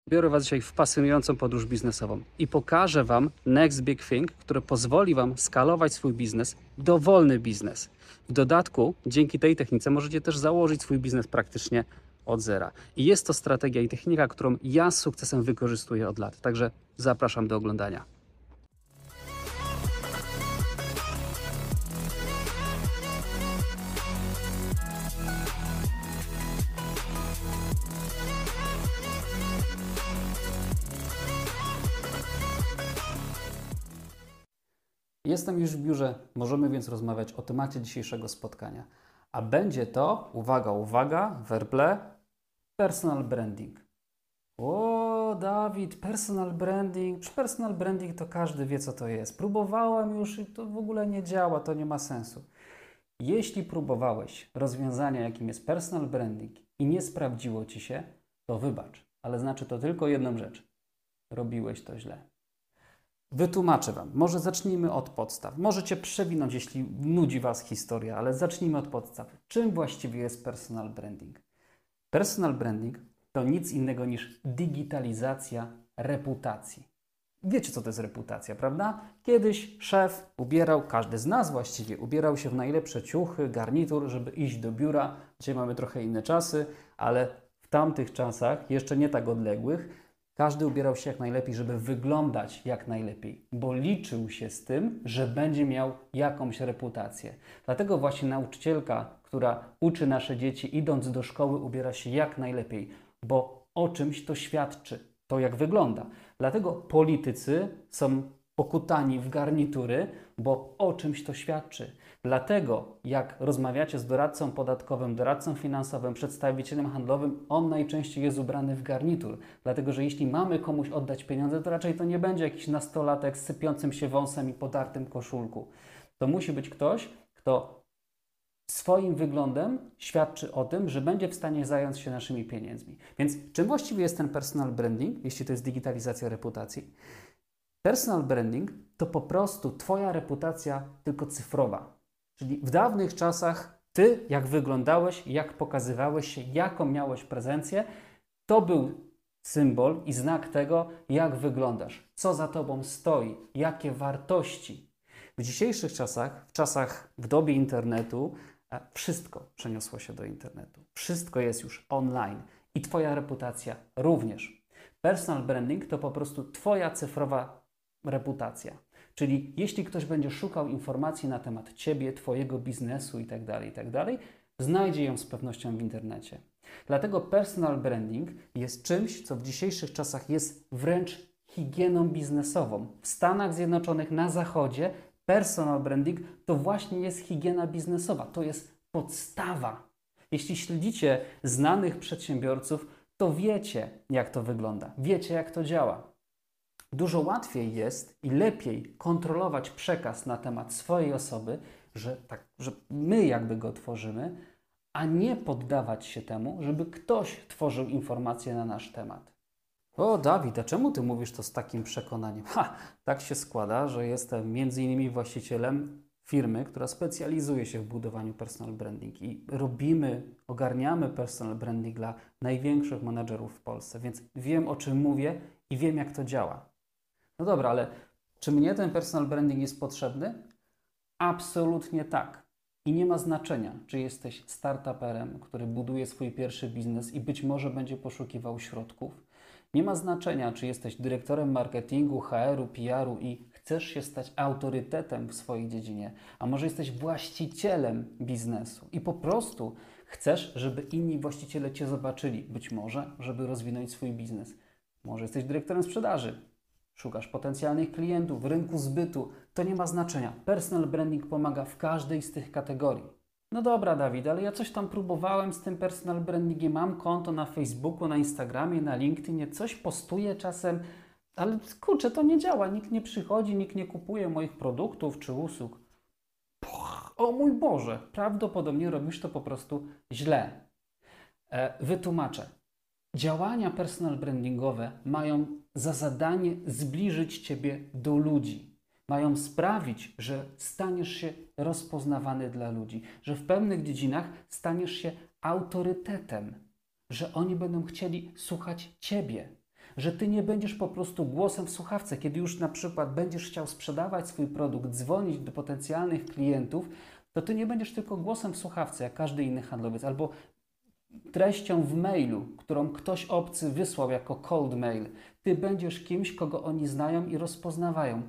Biorę Was dzisiaj w pasjonującą podróż biznesową i pokażę Wam Next Big Thing, które pozwoli Wam skalować swój biznes, dowolny biznes. W dodatku, dzięki tej technice możecie też założyć swój biznes praktycznie od zera. I jest to strategia i technika, którą ja z sukcesem wykorzystuję od lat. Także zapraszam do oglądania. Jestem już w biurze, możemy więc rozmawiać o temacie dzisiejszego spotkania. A będzie to, uwaga, uwaga, werble, personal branding. O, Dawid, personal branding. Personal branding to każdy wie, co to jest. Próbowałem już i to w ogóle nie działa, to nie ma sensu. Jeśli próbowałeś rozwiązania, jakim jest personal branding i nie sprawdziło Ci się, to wybacz, ale znaczy to tylko jedną rzecz. Robiłeś to źle. Wytłumaczę Wam. Może zacznijmy od podstaw. Możecie przewinąć, jeśli nudzi Was historia, ale zacznijmy od podstaw. Czym właściwie jest personal branding? Personal branding to nic innego niż digitalizacja reputacji. Wiecie, co to jest reputacja, prawda? Kiedyś szef ubierał, każdy z nas właściwie, ubierał się w najlepsze ciuchy, garnitur, żeby iść do biura. Dzisiaj mamy trochę inne czasy, ale w tamtych czasach, jeszcze nie tak odległych, każdy ubierał się jak najlepiej, żeby wyglądać jak najlepiej, bo liczył się z tym, że będzie miał jakąś reputację. Dlatego właśnie nauczycielka, która uczy nasze dzieci, idąc do szkoły, ubiera się jak najlepiej, bo o czymś to świadczy, to jak wygląda. Dlatego politycy są pokutani w garnitury, bo o czymś to świadczy. Dlatego jak rozmawiacie z doradcą podatkowym, doradcą finansowym, przedstawicielem handlowym, on najczęściej jest ubrany w garnitur. Dlatego, że jeśli mamy komuś oddać pieniądze, to raczej to nie będzie jakiś nastolatek z sypiącym się wąsem i podartym koszulku. To musi być ktoś, kto swoim wyglądem świadczy o tym, że będzie w stanie zająć się naszymi pieniędzmi. Więc czym właściwie jest ten personal branding, jeśli to jest digitalizacja reputacji? Personal branding to po prostu Twoja reputacja, tylko cyfrowa. Czyli w dawnych czasach Ty, jak wyglądałeś, jak pokazywałeś się, jaką miałeś prezencję, to był symbol i znak tego, jak wyglądasz, co za Tobą stoi, jakie wartości. W dzisiejszych czasach, w dobie internetu, wszystko przeniosło się do internetu. Wszystko jest już online i Twoja reputacja również. Personal branding to po prostu Twoja cyfrowa reputacja. Czyli jeśli ktoś będzie szukał informacji na temat Ciebie, Twojego biznesu itd., znajdzie ją z pewnością w internecie. Dlatego personal branding jest czymś, co w dzisiejszych czasach jest wręcz higieną biznesową. W Stanach Zjednoczonych, na Zachodzie, personal branding to właśnie jest higiena biznesowa. To jest podstawa. Jeśli śledzicie znanych przedsiębiorców, to wiecie, jak to wygląda. Wiecie, jak to działa. Dużo łatwiej jest i lepiej kontrolować przekaz na temat swojej osoby, że my jakby go tworzymy, a nie poddawać się temu, żeby ktoś tworzył informacje na nasz temat. O, Dawid, a czemu Ty mówisz to z takim przekonaniem? Tak się składa, że jestem między innymi właścicielem firmy, która specjalizuje się w budowaniu personal branding i ogarniamy personal branding dla największych menadżerów w Polsce, więc wiem, o czym mówię i wiem, jak to działa. No dobra, ale czy mnie ten personal branding jest potrzebny? Absolutnie tak. I nie ma znaczenia, czy jesteś startuperem, który buduje swój pierwszy biznes i być może będzie poszukiwał środków. Nie ma znaczenia, czy jesteś dyrektorem marketingu, HR-u, PR-u i chcesz się stać autorytetem w swojej dziedzinie, a może jesteś właścicielem biznesu i po prostu chcesz, żeby inni właściciele Cię zobaczyli, być może, żeby rozwinąć swój biznes. Może jesteś dyrektorem sprzedaży, szukasz potencjalnych klientów, rynku zbytu, to nie ma znaczenia. Personal branding pomaga w każdej z tych kategorii. No dobra, Dawid, ale ja coś tam próbowałem z tym personal brandingiem, mam konto na Facebooku, na Instagramie, na LinkedInie, coś postuję czasem, ale kurczę, to nie działa, nikt nie przychodzi, nikt nie kupuje moich produktów czy usług. O mój Boże, prawdopodobnie robisz to po prostu źle. Wytłumaczę. Działania personal brandingowe mają za zadanie zbliżyć Ciebie do ludzi. Mają sprawić, że staniesz się rozpoznawany dla ludzi, że w pewnych dziedzinach staniesz się autorytetem, że oni będą chcieli słuchać Ciebie, że Ty nie będziesz po prostu głosem w słuchawce. Kiedy już na przykład będziesz chciał sprzedawać swój produkt, dzwonić do potencjalnych klientów, to Ty nie będziesz tylko głosem w słuchawce, jak każdy inny handlowiec, albo treścią w mailu, którą ktoś obcy wysłał jako cold mail. Ty będziesz kimś, kogo oni znają i rozpoznawają.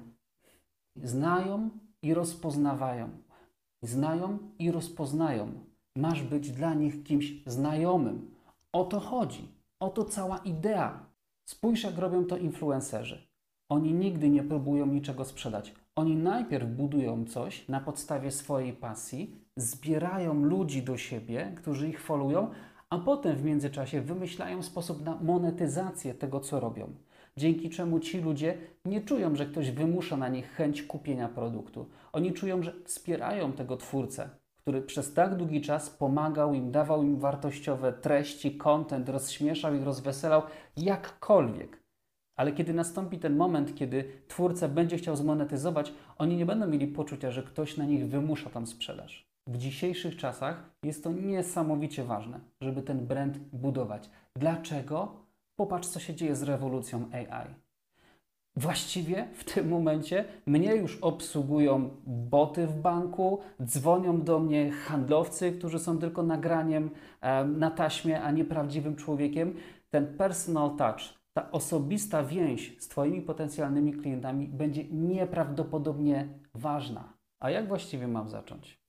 Znają i rozpoznawają. Znają i rozpoznają. Masz być dla nich kimś znajomym. O to chodzi. O to cała idea. Spójrz, jak robią to influencerzy. Oni nigdy nie próbują niczego sprzedać. Oni najpierw budują coś na podstawie swojej pasji, zbierają ludzi do siebie, którzy ich followują, a potem w międzyczasie wymyślają sposób na monetyzację tego, co robią. Dzięki czemu ci ludzie nie czują, że ktoś wymusza na nich chęć kupienia produktu. Oni czują, że wspierają tego twórcę, który przez tak długi czas pomagał im, dawał im wartościowe treści, content, rozśmieszał ich, rozweselał, jakkolwiek. Ale kiedy nastąpi ten moment, kiedy twórca będzie chciał zmonetyzować, oni nie będą mieli poczucia, że ktoś na nich wymusza tam sprzedaż. W dzisiejszych czasach jest to niesamowicie ważne, żeby ten brand budować. Dlaczego? Popatrz, co się dzieje z rewolucją AI. Właściwie w tym momencie mnie już obsługują boty w banku, dzwonią do mnie handlowcy, którzy są tylko nagraniem na taśmie, a nie prawdziwym człowiekiem. Ten personal touch, ta osobista więź z Twoimi potencjalnymi klientami będzie nieprawdopodobnie ważna. A jak właściwie mam zacząć?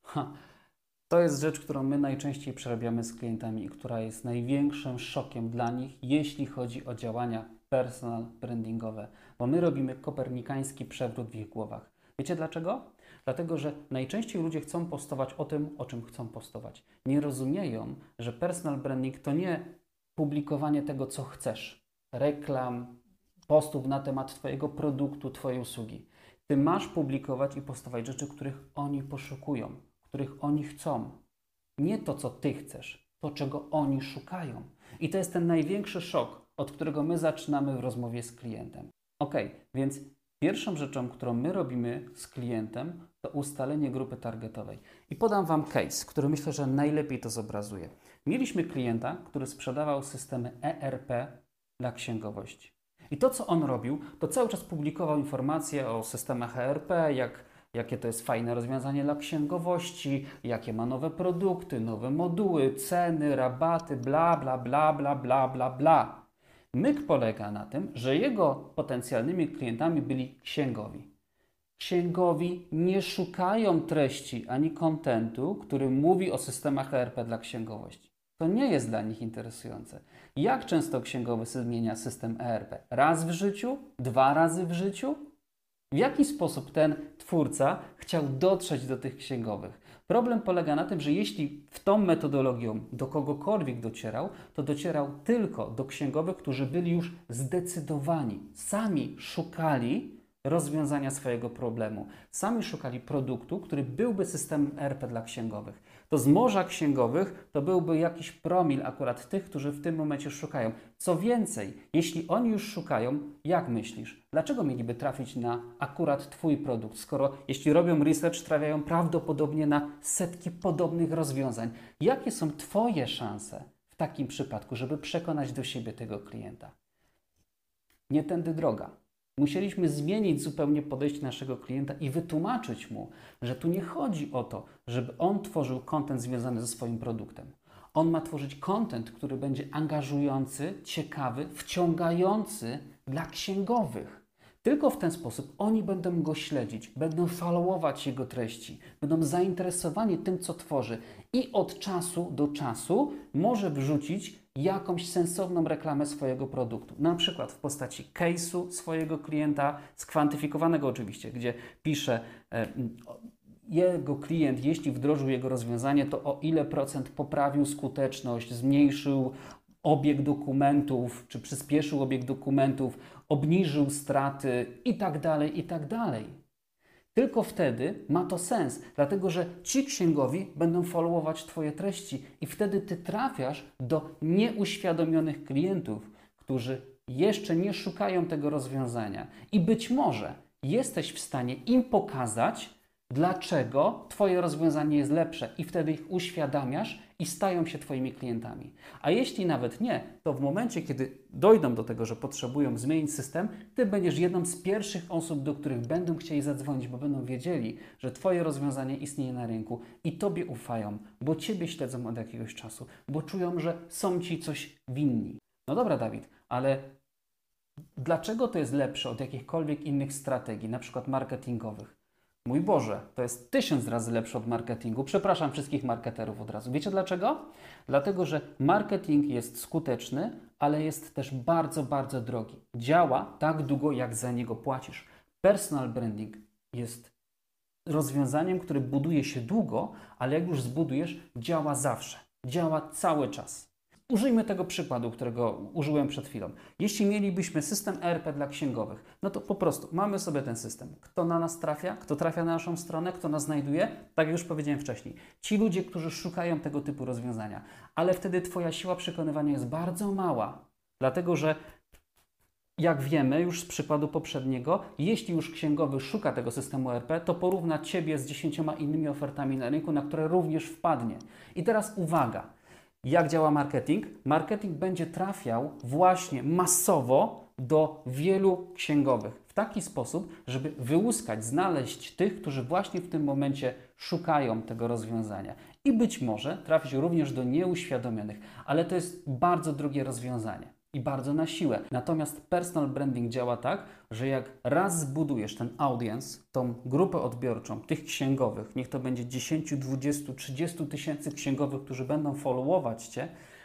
To jest rzecz, którą my najczęściej przerabiamy z klientami i która jest największym szokiem dla nich, jeśli chodzi o działania personal brandingowe, bo my robimy kopernikański przewrót w ich głowach. Wiecie dlaczego? Dlatego, że najczęściej ludzie chcą postować o tym, o czym chcą postować. Nie rozumieją, że personal branding to nie publikowanie tego, co chcesz, reklam, postów na temat Twojego produktu, Twojej usługi. Ty masz publikować i postować rzeczy, których oni poszukują, których oni chcą. Nie to, co Ty chcesz, to, czego oni szukają. I to jest ten największy szok, od którego my zaczynamy w rozmowie z klientem. Ok, więc pierwszą rzeczą, którą my robimy z klientem, to ustalenie grupy targetowej. I podam Wam case, który myślę, że najlepiej to zobrazuje. Mieliśmy klienta, który sprzedawał systemy ERP dla księgowości. I to, co on robił, to cały czas publikował informacje o systemach ERP, jakie to jest fajne rozwiązanie dla księgowości, jakie ma nowe produkty, nowe moduły, ceny, rabaty, bla, bla, bla, bla, bla, bla, bla. Myk polega na tym, że jego potencjalnymi klientami byli księgowi. Księgowi nie szukają treści ani kontentu, który mówi o systemach ERP dla księgowości. To nie jest dla nich interesujące. Jak często księgowy zmienia system ERP? Raz w życiu? 2 razy w życiu? W jaki sposób ten twórca chciał dotrzeć do tych księgowych? Problem polega na tym, że jeśli w tą metodologią do kogokolwiek docierał, to docierał tylko do księgowych, którzy byli już zdecydowani, sami szukali rozwiązania swojego problemu. Sami szukali produktu, który byłby systemem ERP dla księgowych. To z morza księgowych to byłby jakiś promil akurat tych, którzy w tym momencie szukają. Co więcej, jeśli oni już szukają, jak myślisz? Dlaczego mieliby trafić na akurat Twój produkt, skoro jeśli robią research, trafiają prawdopodobnie na setki podobnych rozwiązań? Jakie są Twoje szanse w takim przypadku, żeby przekonać do siebie tego klienta? Nie tędy droga. Musieliśmy zmienić zupełnie podejście naszego klienta i wytłumaczyć mu, że tu nie chodzi o to, żeby on tworzył content związany ze swoim produktem. On ma tworzyć content, który będzie angażujący, ciekawy, wciągający dla księgowych. Tylko w ten sposób oni będą go śledzić, będą followować jego treści, będą zainteresowani tym, co tworzy i od czasu do czasu może wrzucić jakąś sensowną reklamę swojego produktu. Na przykład w postaci case'u swojego klienta, skwantyfikowanego oczywiście, gdzie pisze jego klient, jeśli wdrożył jego rozwiązanie, to o ile procent poprawił skuteczność, zmniejszył obieg dokumentów, czy przyspieszył obieg dokumentów, obniżył straty i tak dalej, i tak dalej. Tylko wtedy ma to sens, dlatego że ci księgowi będą followować Twoje treści i wtedy Ty trafiasz do nieuświadomionych klientów, którzy jeszcze nie szukają tego rozwiązania. I być może jesteś w stanie im pokazać, dlaczego Twoje rozwiązanie jest lepsze i wtedy ich uświadamiasz i stają się Twoimi klientami. A jeśli nawet nie, to w momencie, kiedy dojdą do tego, że potrzebują zmienić system, Ty będziesz jedną z pierwszych osób, do których będą chcieli zadzwonić, bo będą wiedzieli, że Twoje rozwiązanie istnieje na rynku i Tobie ufają, bo Ciebie śledzą od jakiegoś czasu, bo czują, że są Ci coś winni. No dobra, Dawid, ale dlaczego to jest lepsze od jakichkolwiek innych strategii, na przykład marketingowych? Mój Boże, to jest 1000 razy lepsze od marketingu. Przepraszam wszystkich marketerów od razu. Wiecie dlaczego? Dlatego, że marketing jest skuteczny, ale jest też bardzo, bardzo drogi. Działa tak długo, jak za niego płacisz. Personal branding jest rozwiązaniem, które buduje się długo, ale jak już zbudujesz, działa zawsze. Działa cały czas. Użyjmy tego przykładu, którego użyłem przed chwilą. Jeśli mielibyśmy system ERP dla księgowych, no to po prostu mamy sobie ten system. Kto na nas trafia, kto trafia na naszą stronę, kto nas znajduje, tak jak już powiedziałem wcześniej. Ci ludzie, którzy szukają tego typu rozwiązania. Ale wtedy Twoja siła przekonywania jest bardzo mała. Dlatego, że jak wiemy już z przykładu poprzedniego, jeśli już księgowy szuka tego systemu ERP, to porówna Ciebie z 10 innymi ofertami na rynku, na które również wpadnie. I teraz uwaga. Jak działa marketing? Marketing będzie trafiał właśnie masowo do wielu księgowych w taki sposób, żeby wyłuskać, znaleźć tych, którzy właśnie w tym momencie szukają tego rozwiązania. I być może trafić również do nieuświadomionych, ale to jest bardzo drogie rozwiązanie i bardzo na siłę. Natomiast personal branding działa tak, że jak raz zbudujesz ten audience, tą grupę odbiorczą, tych księgowych, niech to będzie 10, 20, 30 tysięcy księgowych, którzy będą followować Cię,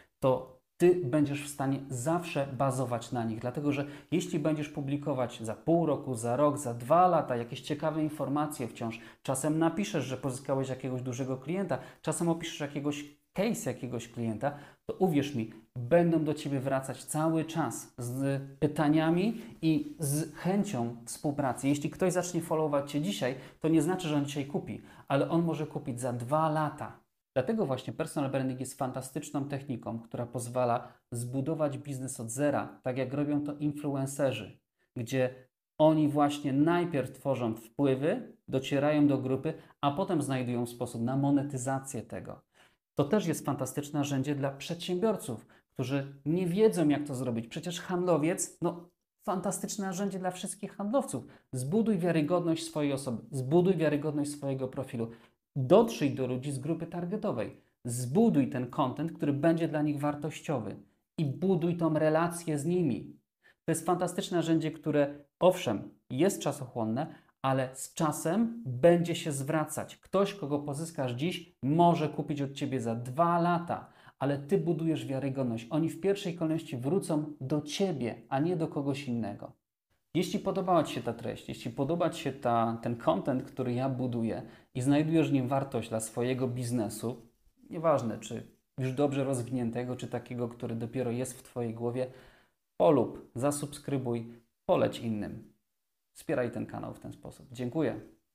to Ty będziesz w stanie zawsze bazować na nich. Dlatego, że jeśli będziesz publikować za pół roku, za rok, za 2 lata jakieś ciekawe informacje wciąż, czasem napiszesz, że pozyskałeś jakiegoś dużego klienta, czasem opiszesz jakiegoś case jakiegoś klienta, to uwierz mi, będą do Ciebie wracać cały czas z pytaniami i z chęcią współpracy. Jeśli ktoś zacznie followować Cię dzisiaj, to nie znaczy, że on dzisiaj kupi, ale on może kupić za 2 lata. Dlatego właśnie personal branding jest fantastyczną techniką, która pozwala zbudować biznes od zera, tak jak robią to influencerzy, gdzie oni właśnie najpierw tworzą wpływy, docierają do grupy, a potem znajdują sposób na monetyzację tego. To też jest fantastyczne narzędzie dla przedsiębiorców, którzy nie wiedzą, jak to zrobić. Przecież handlowiec, fantastyczne narzędzie dla wszystkich handlowców. Zbuduj wiarygodność swojej osoby, zbuduj wiarygodność swojego profilu. Dotrzyj do ludzi z grupy targetowej. Zbuduj ten content, który będzie dla nich wartościowy i buduj tą relację z nimi. To jest fantastyczne narzędzie, które owszem, jest czasochłonne, ale z czasem będzie się zwracać. Ktoś, kogo pozyskasz dziś, może kupić od Ciebie za 2 lata, ale Ty budujesz wiarygodność. Oni w pierwszej kolejności wrócą do Ciebie, a nie do kogoś innego. Jeśli podobała Ci się ta treść, jeśli podoba Ci się ten content, który ja buduję i znajdujesz w nim wartość dla swojego biznesu, nieważne czy już dobrze rozwiniętego, czy takiego, który dopiero jest w Twojej głowie, polub, zasubskrybuj, poleć innym. Wspieraj ten kanał w ten sposób. Dziękuję.